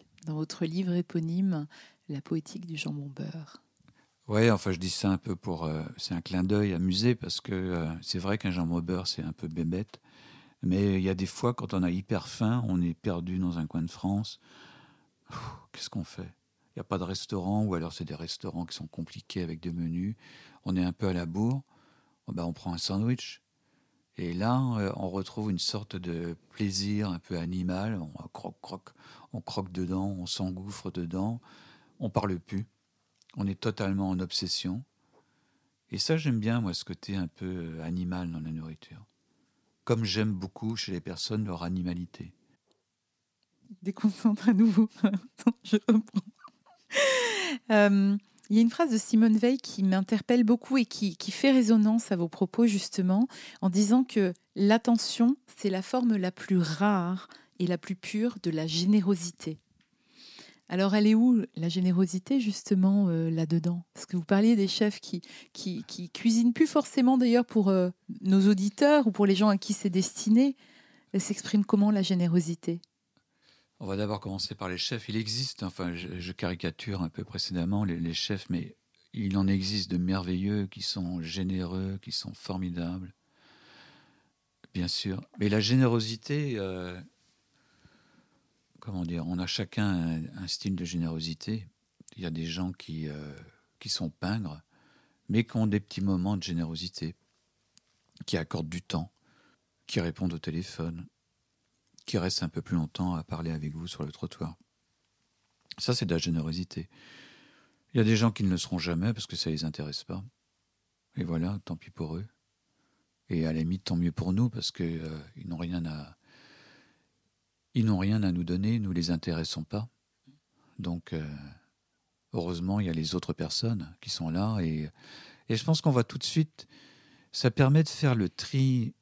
Dans votre livre éponyme, La poétique du jambon beurre. Oui, enfin je dis ça un peu pour... Euh, c'est un clin d'œil amusé, parce que euh, c'est vrai qu'un jambon beurre, c'est un peu bébête, mais il y a des fois, quand on a hyper faim, on est perdu dans un coin de France. Qu'est-ce qu'on fait? Il n'y a pas de restaurant, ou alors c'est des restaurants qui sont compliqués avec des menus. On est un peu à la bourre. Oh ben, on prend un sandwich. Et là, on retrouve une sorte de plaisir un peu animal. On croque, croque, on croque dedans, on s'engouffre dedans. On parle plus. On est totalement en obsession. Et ça, j'aime bien, moi, ce côté un peu animal dans la nourriture. Comme j'aime beaucoup chez les personnes leur animalité. Déconcentre à nouveau. Attends, je reprends. Euh, il y a une phrase de Simone Veil qui m'interpelle beaucoup et qui, qui fait résonance à vos propos, justement, en disant que l'attention, c'est la forme la plus rare et la plus pure de la générosité. Alors, elle est où la générosité, justement, euh, là-dedans? Parce que vous parliez des chefs qui, qui, qui cuisinent plus forcément, d'ailleurs, pour euh, nos auditeurs ou pour les gens à qui c'est destiné. Elle s'exprime comment, la générosité? On va d'abord commencer par les chefs. Il existe, enfin, je, je caricature un peu précédemment les, les chefs, mais il en existe de merveilleux qui sont généreux, qui sont formidables, bien sûr. Mais la générosité, euh, comment dire, on a chacun un, un style de générosité. Il y a des gens qui, euh, qui sont pingres, mais qui ont des petits moments de générosité, qui accordent du temps, qui répondent au téléphone, qui restent un peu plus longtemps à parler avec vous sur le trottoir. Ça, c'est de la générosité. Il y a des gens qui ne le seront jamais parce que ça ne les intéresse pas. Et voilà, tant pis pour eux. Et à la limite, tant mieux pour nous parce qu'ils euh, n'ont rien à... Ils n'ont rien à nous donner, nous ne les intéressons pas. Donc, euh, heureusement, il y a les autres personnes qui sont là. Et, et je pense qu'on va tout de suite... Ça permet de faire le tri...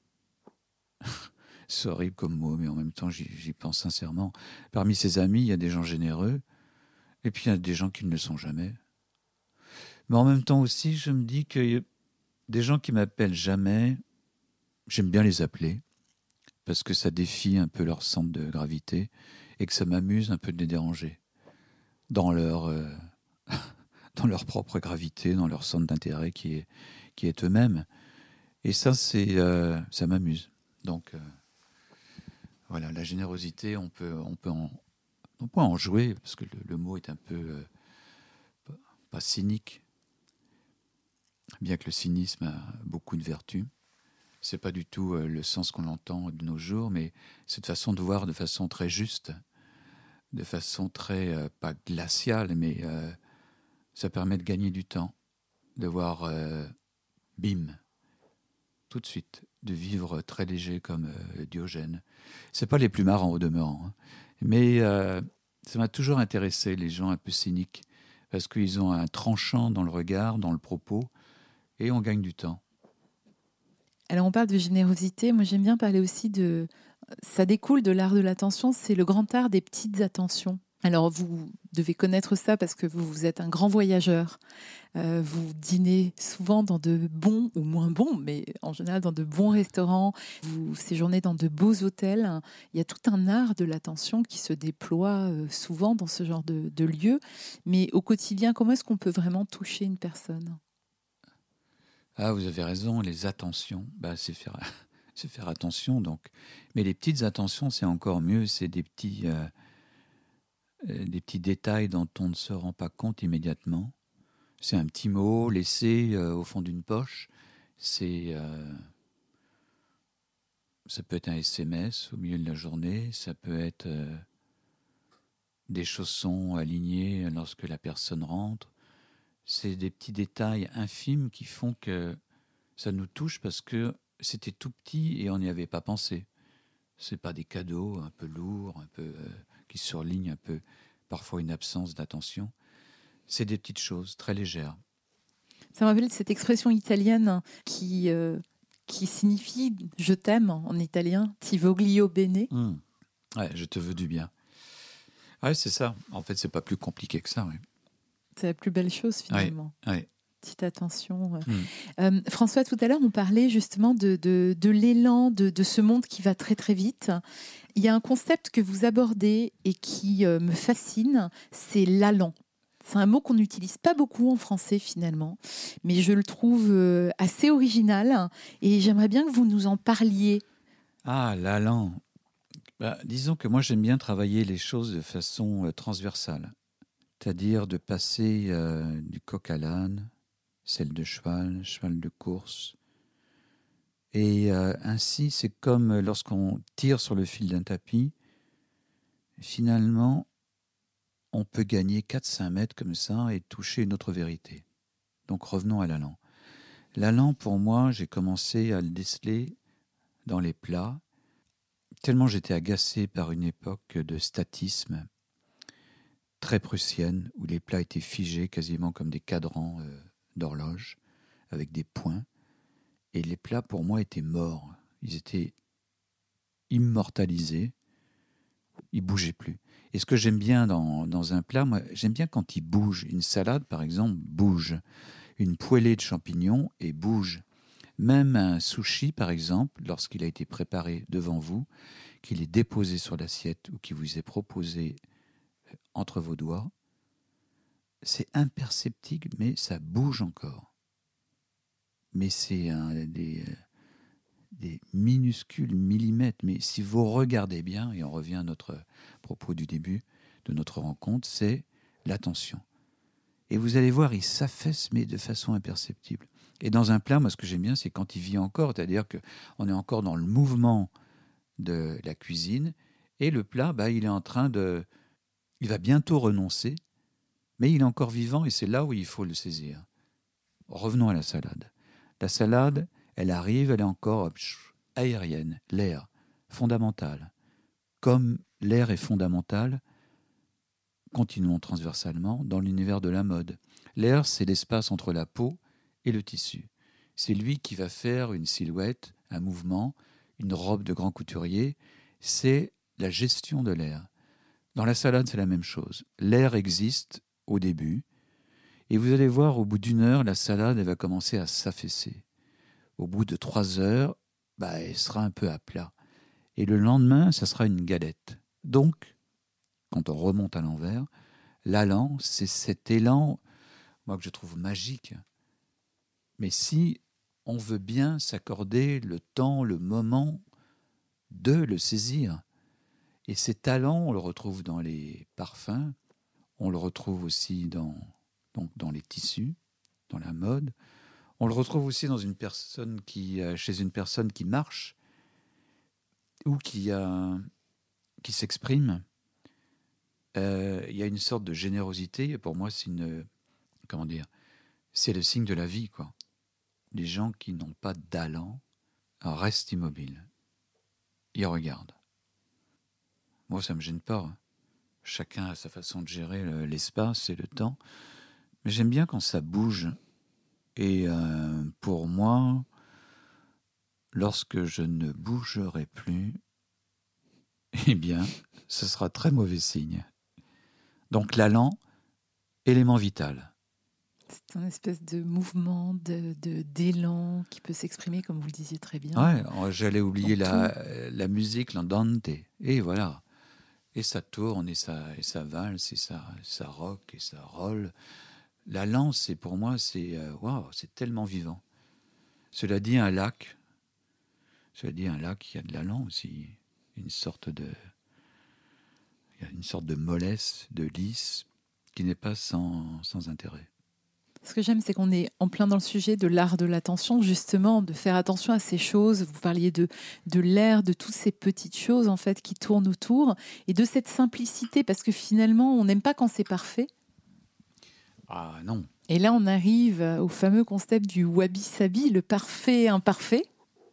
C'est horrible comme mot, mais en même temps, j'y, j'y pense sincèrement. Parmi ses amis, il y a des gens généreux, et puis il y a des gens qui ne le sont jamais. Mais en même temps aussi, je me dis que des gens qui m'appellent jamais, j'aime bien les appeler, parce que ça défie un peu leur centre de gravité, et que ça m'amuse un peu de les déranger dans leur, euh, dans leur propre gravité, dans leur centre d'intérêt qui est, qui est eux-mêmes. Et ça, c'est, euh, ça m'amuse. Donc... Euh, Voilà, la générosité, on peut, on peut, en, on peut en jouer, parce que le, le mot est un peu, euh, pas, pas cynique, bien que le cynisme a beaucoup de vertus. Ce n'est pas du tout euh, le sens qu'on entend de nos jours, mais cette façon de voir de façon très juste, de façon très, euh, pas glaciale, mais euh, ça permet de gagner du temps, de voir, euh, bim, tout de suite, de vivre très léger comme euh, Diogène. C'est pas les plus marrants au demeurant, hein. Mais euh, ça m'a toujours intéressé, les gens un peu cyniques, parce qu'ils ont un tranchant dans le regard, dans le propos, et on gagne du temps. Alors on parle de générosité, moi j'aime bien parler aussi de... Ça découle de l'art de l'attention, c'est le grand art des petites attentions. Alors vous devez connaître ça parce que vous, vous êtes un grand voyageur. Euh, vous dînez souvent dans de bons ou moins bons, mais en général dans de bons restaurants. Vous séjournez dans de beaux hôtels. Il y a tout un art de l'attention qui se déploie euh, souvent dans ce genre de, de lieux. Mais au quotidien, comment est-ce qu'on peut vraiment toucher une personne ? Ah, vous avez raison, les attentions, bah, c'est faire, c'est faire attention. Donc. Mais les petites attentions, c'est encore mieux. C'est des petits, euh, des petits détails dont on ne se rend pas compte immédiatement. C'est un petit mot laissé euh, au fond d'une poche. C'est, euh, ça peut être un S M S au milieu de la journée. Ça peut être euh, des chaussons alignés lorsque la personne rentre. C'est des petits détails infimes qui font que ça nous touche parce que c'était tout petit et on n'y avait pas pensé. C'est pas des cadeaux un peu lourds, un peu euh, qui surlignent un peu parfois une absence d'attention. C'est des petites choses très légères. Ça me rappelle cette expression italienne qui, euh, qui signifie « je t'aime » en italien, « ti voglio bene ». Mmh. Ouais, je te veux du bien. Ouais, c'est ça. En fait, c'est pas plus compliqué que ça. Ouais. C'est la plus belle chose finalement. Ouais, ouais. Petite attention. Mmh. Euh, François, tout à l'heure, on parlait justement de, de, de l'élan, de, de ce monde qui va très très vite. Il y a un concept que vous abordez et qui euh, me fascine, c'est l'allant. C'est un mot qu'on n'utilise pas beaucoup en français finalement, mais je le trouve euh, assez original et j'aimerais bien que vous nous en parliez. Ah, l'allant. Bah, disons que moi, j'aime bien travailler les choses de façon euh, transversale, c'est-à-dire de passer euh, du coq à l'âne, selle de cheval, cheval de course. Et euh, ainsi, c'est comme lorsqu'on tire sur le fil d'un tapis, finalement, on peut gagner quatre à cinq mètres comme ça et toucher une autre vérité. Donc revenons à l'allant. L'allant, pour moi, j'ai commencé à le déceler dans les plats, tellement j'étais agacé par une époque de statisme très prussienne, où les plats étaient figés quasiment comme des cadrans euh, d'horloge, avec des points. Et les plats, pour moi, étaient morts. Ils étaient immortalisés. Ils ne bougeaient plus. Et ce que j'aime bien dans, dans un plat, moi, j'aime bien quand il bouge. Une salade, par exemple, bouge. Une poêlée de champignons et bouge. Même un sushi, par exemple, lorsqu'il a été préparé devant vous, qu'il est déposé sur l'assiette ou qu'il vous est proposé entre vos doigts, c'est imperceptible, mais ça bouge encore. Mais c'est un, des, des minuscules millimètres. Mais si vous regardez bien, et on revient à notre propos du début de notre rencontre, c'est l'attention. Et vous allez voir, il s'affaisse, mais de façon imperceptible. Et dans un plat, moi, ce que j'aime bien, c'est quand il vit encore, c'est-à-dire qu'on est encore dans le mouvement de la cuisine, et le plat, bah, il est en train de... Il va bientôt renoncer, mais il est encore vivant, et c'est là où il faut le saisir. Revenons à la salade. La salade, elle arrive, elle est encore hop, aérienne, l'air, fondamental. Comme l'air est fondamental, continuons transversalement dans l'univers de la mode. L'air, c'est l'espace entre la peau et le tissu. C'est lui qui va faire une silhouette, un mouvement, une robe de grand couturier. C'est la gestion de l'air. Dans la salade, c'est la même chose. L'air existe au début, et vous allez voir, au bout d'une heure, la salade elle va commencer à s'affaisser. Au bout de trois heures, bah, elle sera un peu à plat. Et le lendemain, ça sera une galette. Donc, quand on remonte à l'envers, l'allant, c'est cet élan, moi, que je trouve magique. Mais si on veut bien s'accorder le temps, le moment de le saisir. Et cet allant, on le retrouve dans les parfums, on le retrouve aussi dans, donc dans les tissus, dans la mode. On le retrouve aussi dans une personne qui, chez une personne qui marche ou qui, a, qui s'exprime. Euh, il y a une sorte de générosité. Et pour moi, c'est une, comment dire, c'est le signe de la vie, quoi. Les gens qui n'ont pas d'allant restent immobiles. Ils regardent. Moi, ça me gêne pas. Chacun a sa façon de gérer l'espace et le temps. Mais j'aime bien quand ça bouge. Et euh, pour moi, lorsque je ne bougerai plus, eh bien, ce sera très mauvais signe. Donc l'allant, élément vital. C'est un espèce de mouvement, de, de, d'élan qui peut s'exprimer, comme vous le disiez très bien. Ouais, j'allais oublier la, la musique, l'andante. Et voilà. Et ça tourne, et ça, et ça valse, et ça, ça rock, et ça roll. L'allant, c'est pour moi, c'est euh, waouh, c'est tellement vivant. Cela dit, un lac, cela dit, un lac, il y a de l'allant aussi. Une sorte de, il y a une sorte de mollesse, de lisse, qui n'est pas sans, sans intérêt. Ce que j'aime, c'est qu'on est en plein dans le sujet de l'art de l'attention, justement, de faire attention à ces choses. Vous parliez de, de l'air, de toutes ces petites choses, en fait, qui tournent autour, et de cette simplicité, parce que finalement, on n'aime pas quand c'est parfait. Ah non. Et là, on arrive au fameux concept du wabi-sabi, le parfait imparfait.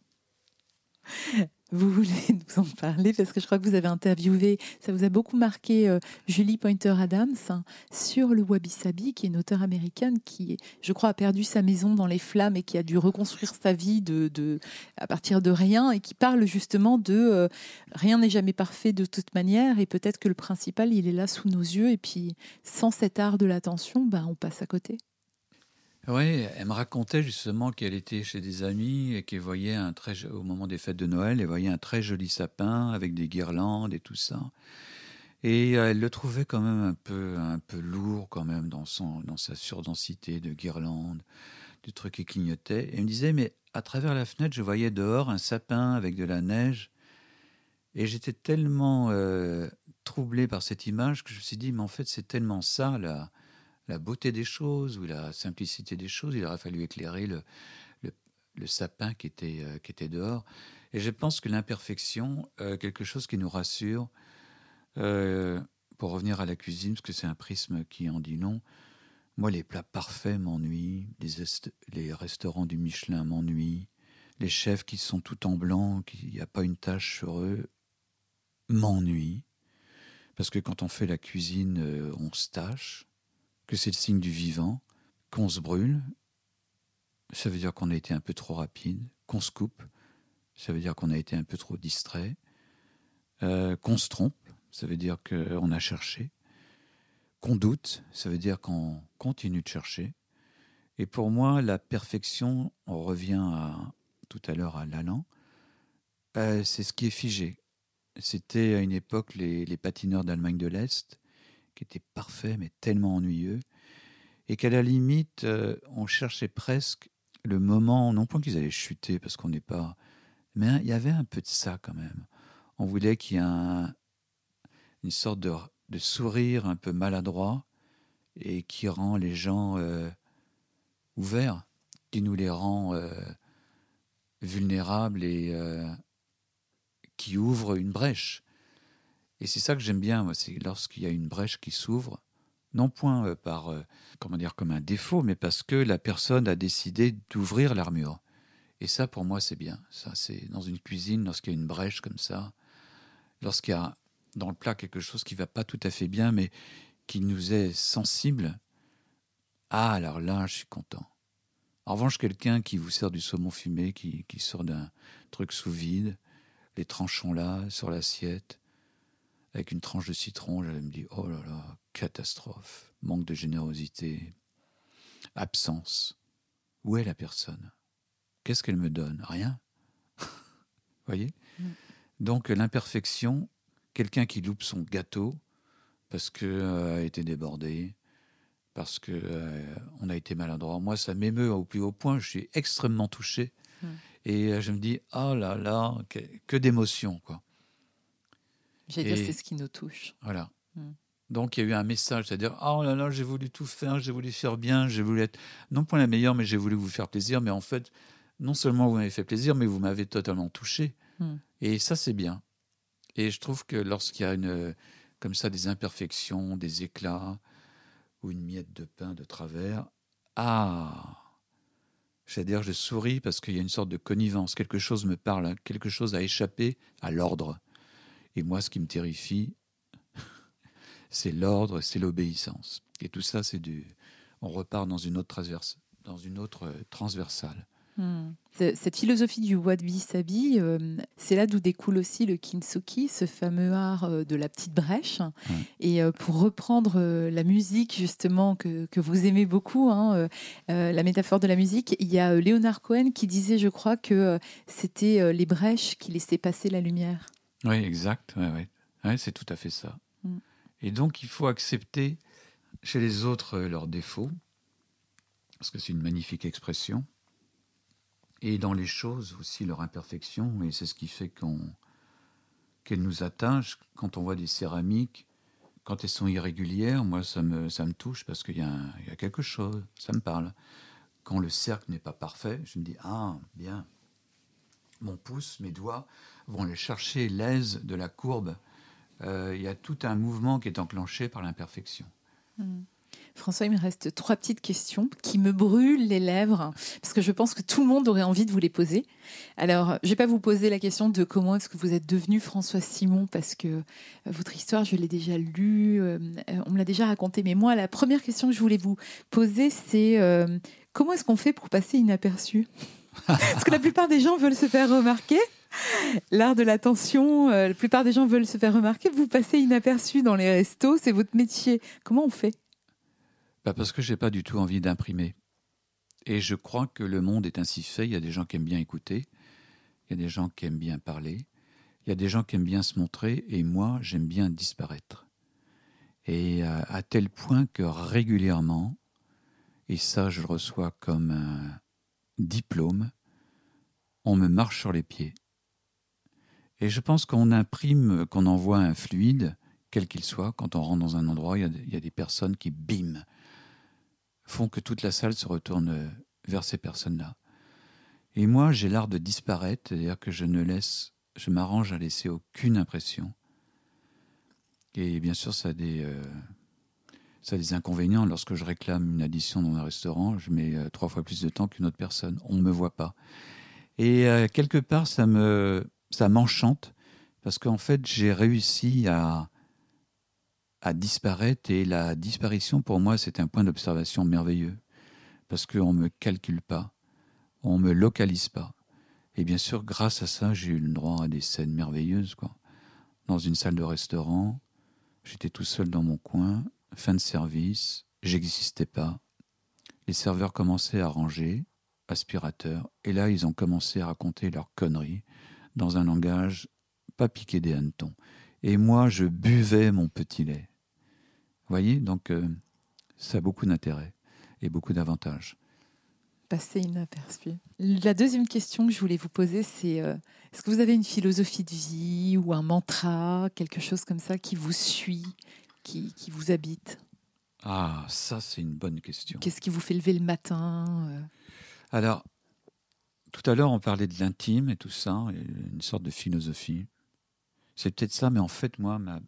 Vous voulez nous en parler parce que je crois que vous avez interviewé, ça vous a beaucoup marqué, euh, Julie Pointer-Adams, hein, sur le wabi-sabi, qui est une auteure américaine qui, je crois, a perdu sa maison dans les flammes et qui a dû reconstruire sa vie de, de, à partir de rien, et qui parle justement de euh, rien n'est jamais parfait de toute manière, et peut-être que le principal, il est là sous nos yeux, et puis sans cet art de l'attention, ben, on passe à côté. Oui, elle me racontait justement qu'elle était chez des amis et qu'elle voyait un très, au moment des fêtes de Noël, elle voyait un très joli sapin avec des guirlandes et tout ça. Et elle le trouvait quand même un peu, un peu lourd quand même dans, son, dans sa surdensité de guirlandes, de trucs qui clignotaient. Et elle me disait, mais à travers la fenêtre, je voyais dehors un sapin avec de la neige. Et j'étais tellement euh, troublé par cette image que je me suis dit, mais en fait, c'est tellement ça, là. La beauté des choses ou la simplicité des choses, il aurait fallu éclairer le, le, le sapin qui était, euh, qui était dehors. Et je pense que l'imperfection, euh, quelque chose qui nous rassure, euh, pour revenir à la cuisine, parce que c'est un prisme qui en dit long, moi les plats parfaits m'ennuient, les, est- les restaurants du Michelin m'ennuient, les chefs qui sont tout en blanc, il n'y a pas une tache sur eux, m'ennuient. Parce que quand on fait la cuisine, euh, on se tâche, que c'est le signe du vivant, qu'on se brûle, ça veut dire qu'on a été un peu trop rapide, qu'on se coupe, ça veut dire qu'on a été un peu trop distrait, euh, qu'on se trompe, ça veut dire qu'on a cherché, qu'on doute, ça veut dire qu'on continue de chercher. Et pour moi, la perfection, on revient à, tout à l'heure à l'allant, euh, c'est ce qui est figé. C'était à une époque les, les patineurs d'Allemagne de l'Est, qui étaient parfaits mais tellement ennuyeux, et qu'à la limite, euh, on cherchait presque le moment, non pas qu'ils allaient chuter, parce qu'on n'est pas... Mais hein, il y avait un peu de ça quand même. On voulait qu'il y ait un, une sorte de, de sourire un peu maladroit, et qui rend les gens euh, ouverts, qui nous les rend euh, vulnérables et euh, qui ouvre une brèche. Et c'est ça que j'aime bien, moi, c'est lorsqu'il y a une brèche qui s'ouvre, non point euh, par, euh, comment dire, comme un défaut, mais parce que la personne a décidé d'ouvrir l'armure. Et ça, pour moi, c'est bien. Ça, c'est dans une cuisine, lorsqu'il y a une brèche comme ça, lorsqu'il y a dans le plat quelque chose qui ne va pas tout à fait bien, mais qui nous est sensible, ah, alors là, je suis content. En revanche, quelqu'un qui vous sert du saumon fumé, qui, qui sort d'un truc sous vide, les tranchons là, sur l'assiette, avec une tranche de citron, j'allais me dire, oh là là, catastrophe, manque de générosité, absence. Où est la personne? Qu'est-ce qu'elle me donne? Rien. Vous voyez? Mm. Donc l'imperfection, quelqu'un qui loupe son gâteau parce qu'il euh, a été débordé, parce qu'on euh, a été maladroit. Moi, ça m'émeut au plus haut point, je suis extrêmement touché. Mm. Et euh, je me dis, oh là là, que, que d'émotions, quoi. J'allais dire, c'est ce qui nous touche. Voilà. Mm. Donc, il y a eu un message, c'est-à-dire, oh là là, j'ai voulu tout faire, j'ai voulu faire bien, j'ai voulu être, non pas la meilleure, mais j'ai voulu vous faire plaisir. Mais en fait, non seulement vous m'avez fait plaisir, mais vous m'avez totalement touché. Mm. Et ça, c'est bien. Et je trouve que lorsqu'il y a une, comme ça des imperfections, des éclats, ou une miette de pain de travers, ah, c'est-à-dire, je souris parce qu'il y a une sorte de connivence, quelque chose me parle, quelque chose a échappé à l'ordre. Et moi, ce qui me terrifie, c'est l'ordre, c'est l'obéissance. Et tout ça, c'est du... On repart dans une autre, transverse... dans une autre transversale. Hmm. Cette philosophie du wabi-sabi, euh, c'est là d'où découle aussi le kintsugi, ce fameux art euh, de la petite brèche. Ouais. Et euh, pour reprendre euh, la musique, justement, que, que vous aimez beaucoup, hein, euh, euh, la métaphore de la musique, il y a euh, Leonard Cohen qui disait, je crois, que euh, c'était euh, les brèches qui laissaient passer la lumière. Oui, exact. Ouais, ouais. Ouais, c'est tout à fait ça. Mm. Et donc, il faut accepter chez les autres euh, leurs défauts, parce que c'est une magnifique expression, et dans les choses aussi leur imperfection, et c'est ce qui fait qu'on, qu'elles nous attachent. Quand on voit des céramiques, quand elles sont irrégulières, moi, ça me, ça me touche, parce qu'il y a, un, il y a quelque chose, ça me parle. Quand le cercle n'est pas parfait, je me dis, ah, bien, mon pouce, mes doigts vont aller chercher l'aise de la courbe. Euh, il y a tout un mouvement qui est enclenché par l'imperfection. Mmh. François, il me reste trois petites questions qui me brûlent les lèvres parce que je pense que tout le monde aurait envie de vous les poser. Alors, je ne vais pas vous poser la question de comment est-ce que vous êtes devenu François Simon parce que votre histoire, je l'ai déjà lue, euh, on me l'a déjà racontée. Mais moi, la première question que je voulais vous poser, c'est euh, comment est-ce qu'on fait pour passer inaperçu? Parce que la plupart des gens veulent se faire remarquer. L'art de l'attention, euh, la plupart des gens veulent se faire remarquer. Vous passez inaperçu dans les restos, c'est votre métier. Comment on fait? Bah parce que je n'ai pas du tout envie d'imprimer. Et je crois que le monde est ainsi fait. Il y a des gens qui aiment bien écouter, il y a des gens qui aiment bien parler, il y a des gens qui aiment bien se montrer, et moi, j'aime bien disparaître. Et à, à tel point que régulièrement, et ça, je le reçois comme un diplôme, on me marche sur les pieds. Et je pense qu'on imprime, qu'on envoie un fluide, quel qu'il soit, quand on rentre dans un endroit, il y a, il y a des personnes qui, bim, font que toute la salle se retourne vers ces personnes-là. Et moi, j'ai l'art de disparaître, c'est-à-dire que je ne laisse, je m'arrange à laisser aucune impression. Et bien sûr, ça a des, euh, ça a des inconvénients. Lorsque je réclame une addition dans un restaurant, je mets euh, trois fois plus de temps qu'une autre personne. On ne me voit pas. Et euh, quelque part, ça me, ça m'enchante, parce qu'en fait, j'ai réussi à à disparaître, et la disparition pour moi c'est un point d'observation merveilleux parce qu'on ne me calcule pas, on ne me localise pas, et bien sûr grâce à ça j'ai eu le droit à des scènes merveilleuses quoi. Dans une salle de restaurant, j'étais tout seul dans mon coin, fin de service, j'existais pas, les serveurs commençaient à ranger, aspirateur, et là ils ont commencé à raconter leurs conneries dans un langage pas piqué des hannetons, et moi je buvais mon petit lait. Vous voyez, donc euh, ça a beaucoup d'intérêt et beaucoup d'avantages. Passer inaperçu. La deuxième question que je voulais vous poser, c'est euh, est-ce que vous avez une philosophie de vie ou un mantra, quelque chose comme ça qui vous suit, qui, qui vous habite? Ah, ça, c'est une bonne question. Qu'est-ce qui vous fait lever le matin euh Alors, tout à l'heure, on parlait de l'intime et tout ça, et une sorte de philosophie. C'est peut-être ça, mais en fait, moi, ma...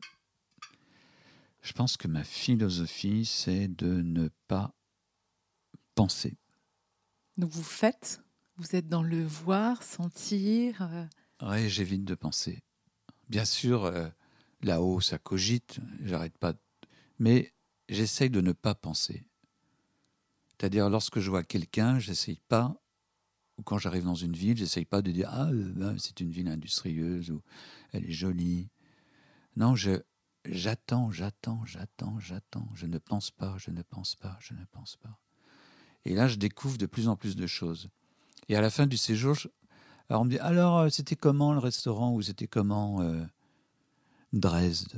je pense que ma philosophie, c'est de ne pas penser. Donc vous faites, vous êtes dans le voir, sentir. euh Ouais, j'évite de penser. Bien sûr, euh, là-haut, ça cogite, j'arrête pas. Mais j'essaye de ne pas penser. C'est-à-dire, lorsque je vois quelqu'un, j'essaye pas, ou quand j'arrive dans une ville, j'essaye pas de dire « Ah, euh, ben, c'est une ville industrieuse » ou « Elle est jolie ». Non, je, j'attends, j'attends, j'attends, j'attends. Je ne pense pas, je ne pense pas, je ne pense pas. Et là, je découvre de plus en plus de choses. Et à la fin du séjour, je, alors on me dit « Alors, c'était comment le restaurant » ou « C'était comment euh, Dresde ?»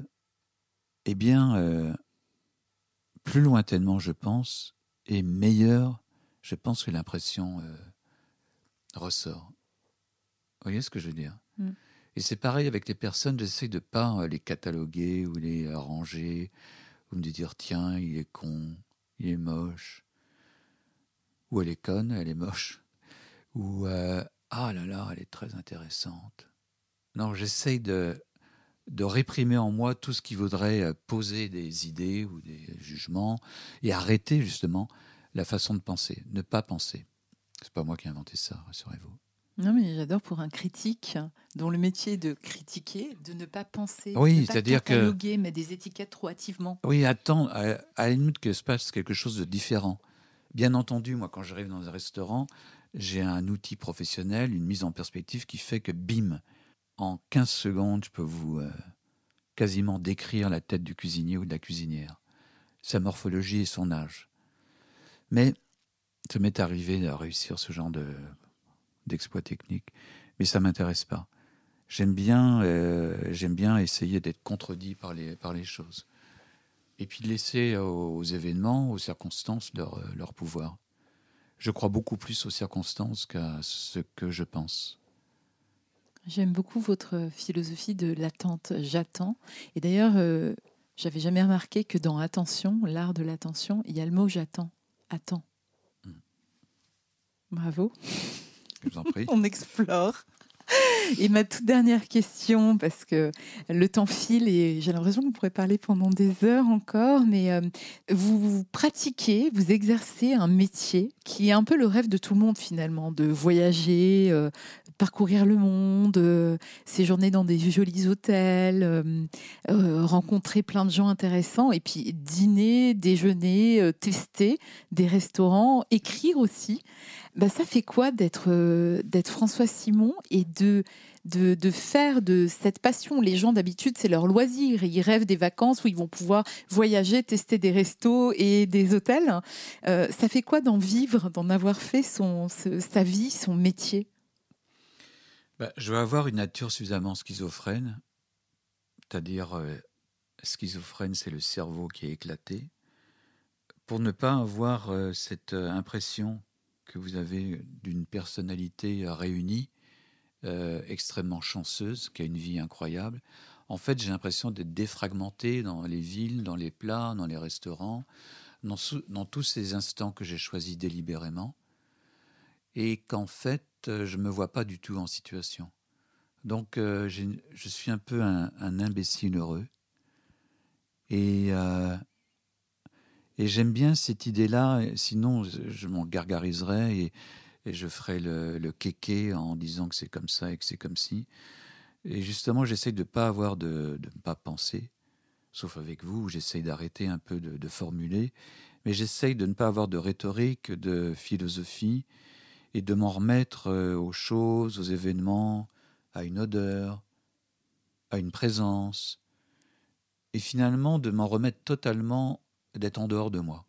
Eh bien, euh, plus lointainement, je pense, et meilleur, je pense que l'impression euh, ressort. Vous voyez ce que je veux dire? Mm. Et c'est pareil avec les personnes, j'essaie de ne pas euh, les cataloguer ou les euh, ranger, ou me dire, tiens, il est con, il est moche, ou elle est conne, elle est moche, ou euh, ah là là, elle est très intéressante. Non, j'essaie de, de réprimer en moi tout ce qui voudrait poser des idées ou des jugements et arrêter justement la façon de penser, ne pas penser. C'est pas moi qui ai inventé ça, rassurez-vous. Non, mais j'adore pour un critique dont le métier est de critiquer, de ne pas penser, Oui, de ne pas c'est-à-dire que cataloguer, mettre des étiquettes trop hâtivement. oui, attends, à, à la limite que se passe quelque chose de différent. Bien entendu, moi, quand j'arrive dans un restaurant, j'ai un outil professionnel, une mise en perspective qui fait que, bim, en quinze secondes, je peux vous euh, quasiment décrire la tête du cuisinier ou de la cuisinière, sa morphologie et son âge. Mais ça m'est arrivé de réussir ce genre de, d'exploit technique, mais ça ne m'intéresse pas. J'aime bien, euh, j'aime bien essayer d'être contredit par les, par les choses. Et puis de laisser aux, aux événements, aux circonstances leur, leur pouvoir. Je crois beaucoup plus aux circonstances qu'à ce que je pense. J'aime beaucoup votre philosophie de l'attente. J'attends. Et d'ailleurs, euh, j'avais jamais remarqué que dans Attention, l'art de l'attention, il y a le mot j'attends. Attends. Mm. Bravo. Je vous en prie. On explore. Et ma toute dernière question, parce que le temps file et j'ai l'impression qu'on pourrait parler pendant des heures encore, mais euh, vous, vous pratiquez, vous exercez un métier qui est un peu le rêve de tout le monde finalement, de voyager, euh, parcourir le monde, euh, séjourner dans des jolis hôtels, euh, euh, rencontrer plein de gens intéressants et puis dîner, déjeuner, euh, tester des restaurants, écrire aussi. Ben, ça fait quoi d'être euh, d'être François Simon et de, de, de faire de cette passion, les gens d'habitude c'est leur loisir, ils rêvent des vacances où ils vont pouvoir voyager, tester des restos et des hôtels. Euh, ça fait quoi d'en vivre, d'en avoir fait son, ce, sa vie, son métier? Bah, je veux avoir une nature suffisamment schizophrène, c'est-à-dire euh, schizophrène, c'est le cerveau qui est éclaté, pour ne pas avoir euh, cette euh, impression que vous avez d'une personnalité réunie, euh, extrêmement chanceuse, qui a une vie incroyable. En fait, j'ai l'impression d'être défragmenté dans les villes, dans les plats, dans les restaurants, dans, dans tous ces instants que j'ai choisis délibérément, et qu'en fait, je ne me vois pas du tout en situation. Donc, euh, je suis un peu un, un imbécile heureux. Et... Euh, Et j'aime bien cette idée-là, sinon je m'en gargariserais et, et je ferais le, le kéké en disant que c'est comme ça et que c'est comme ci. Et justement, j'essaye de ne pas avoir de, de ne pas penser, sauf avec vous, j'essaye d'arrêter un peu de, de formuler, mais j'essaye de ne pas avoir de rhétorique, de philosophie, et de m'en remettre aux choses, aux événements, à une odeur, à une présence, et finalement de m'en remettre totalement, d'être en dehors de moi.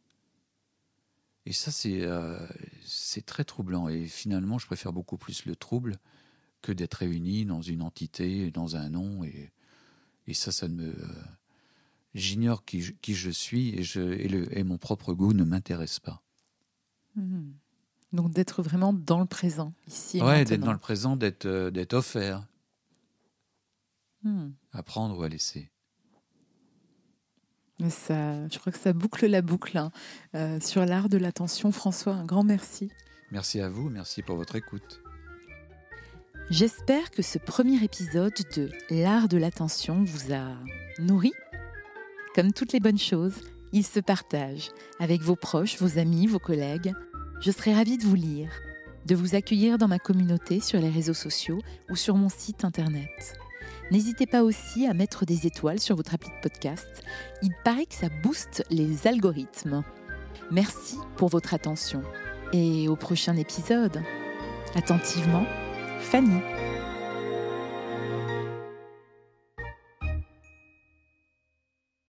Et ça, c'est, euh, c'est très troublant. Et finalement, je préfère beaucoup plus le trouble que d'être réuni dans une entité, dans un nom. Et, et ça, ça ne me... Euh, j'ignore qui, qui je suis et, je, et, le, et mon propre goût ne m'intéresse pas. Mmh. Donc d'être vraiment dans le présent, ici et ouais, maintenant. d'être dans le présent, d'être, euh, d'être offert. Mmh. À prendre ou à laisser. Ça, je crois que ça boucle la boucle hein. euh, sur l'art de l'attention. François, un grand merci. Merci à vous, merci pour votre écoute. J'espère que ce premier épisode de l'art de l'attention vous a nourri. Comme toutes les bonnes choses, il se partage avec vos proches, vos amis, vos collègues. Je serai ravie de vous lire, de vous accueillir dans ma communauté sur les réseaux sociaux ou sur mon site internet. N'hésitez pas aussi à mettre des étoiles sur votre appli de podcast. Il paraît que ça booste les algorithmes. Merci pour votre attention et au prochain épisode. Attentivement, Fanny.